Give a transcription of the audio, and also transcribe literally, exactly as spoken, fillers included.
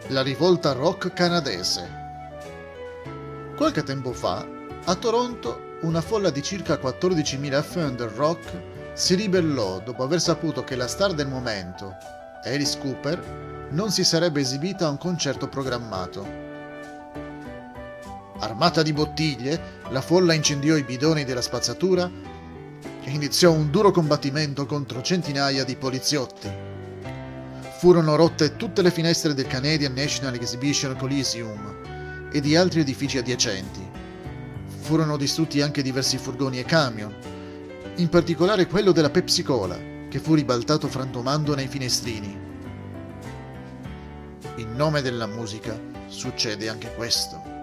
La rivolta rock canadese. Qualche tempo fa, a Toronto, una folla di circa quattordicimila fan del rock si ribellò dopo aver saputo che la star del momento, Alice Cooper, non si sarebbe esibita a un concerto programmato. Armata di bottiglie, la folla incendiò i bidoni della spazzatura e iniziò un duro combattimento contro centinaia di poliziotti. Furono rotte tutte le finestre del Canadian National Exhibition Coliseum e di altri edifici adiacenti. Furono distrutti anche diversi furgoni e camion, in particolare quello della Pepsi Cola, che fu ribaltato frantumando nei finestrini. In nome della musica succede anche questo.